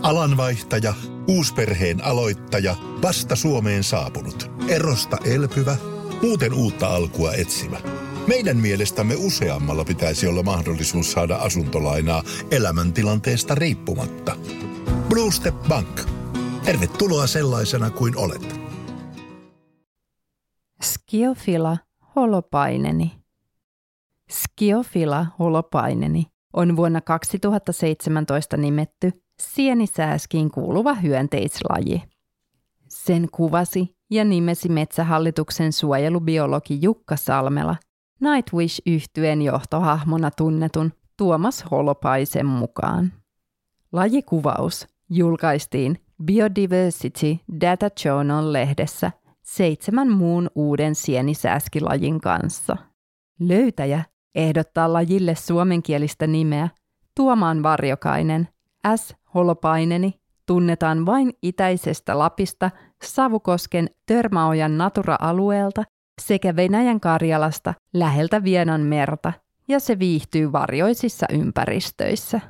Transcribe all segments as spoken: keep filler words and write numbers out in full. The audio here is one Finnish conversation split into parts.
Alanvaihtaja, uusperheen aloittaja, vasta Suomeen saapunut, erosta elpyvä, muuten uutta alkua etsimä. Meidän mielestämme useammalla pitäisi olla mahdollisuus saada asuntolainaa elämäntilanteesta riippumatta. Blue Step Bank. Tervetuloa sellaisena kuin olet. Sciofila holopaineni. Sciofila holopaineni on vuonna kaksituhattaseitsemäntoista nimetty sienisääskiin kuuluva hyönteislaji. Sen kuvasi ja nimesi Metsähallituksen suojelubiologi Jukka Salmela Nightwish-yhtyeen johtohahmona tunnetun Tuomas Holopaisen mukaan. Lajikuvaus julkaistiin Biodiversity Data Journal-lehdessä seitsemän muun uuden sienisääskilajin kanssa. Löytäjä ehdottaa lajille suomenkielistä nimeä Tuomaan Varjokainen. S. holopaineni tunnetaan vain itäisestä Lapista, Savukosken Törmäojan Natura-alueelta sekä Venäjän Karjalasta läheltä Vienan merta, ja se viihtyy varjoisissa ympäristöissä.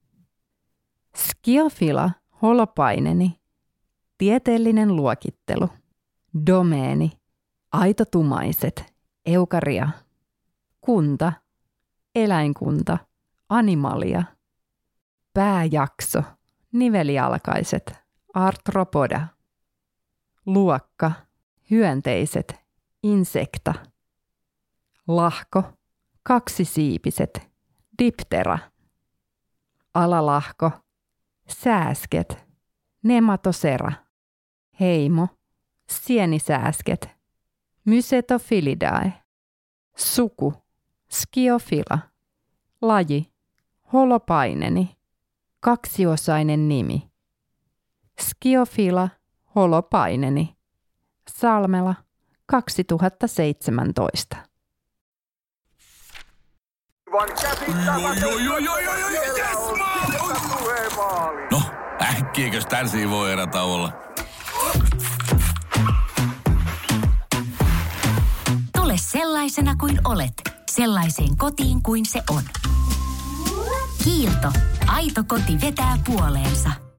Sciofila holopaineni. Tieteellinen luokittelu. Domeeni. Aitotumaiset. Eukaria. Kunta. Eläinkunta. Animalia. Pääjakso. Nivelialkaiset. Arthropoda. Luokka. Hyönteiset. Insekta. Lahko. Kaksisiipiset. Diptera. Alalahko. Sääsket. Nematosera. Heimo. Sienisääsket. Mysetophilidae. Suku. Sciofila. Laji. Holopaineni. Kaksiosainen nimi. Sciofila holopaineni. Salmela kaksituhattaseitsemäntoista. No, äkkiäkös tän voi erätä olla? Tule sellaisena kuin olet, sellaiseen kotiin kuin se on. Kiilto. Aito koti vetää puoleensa.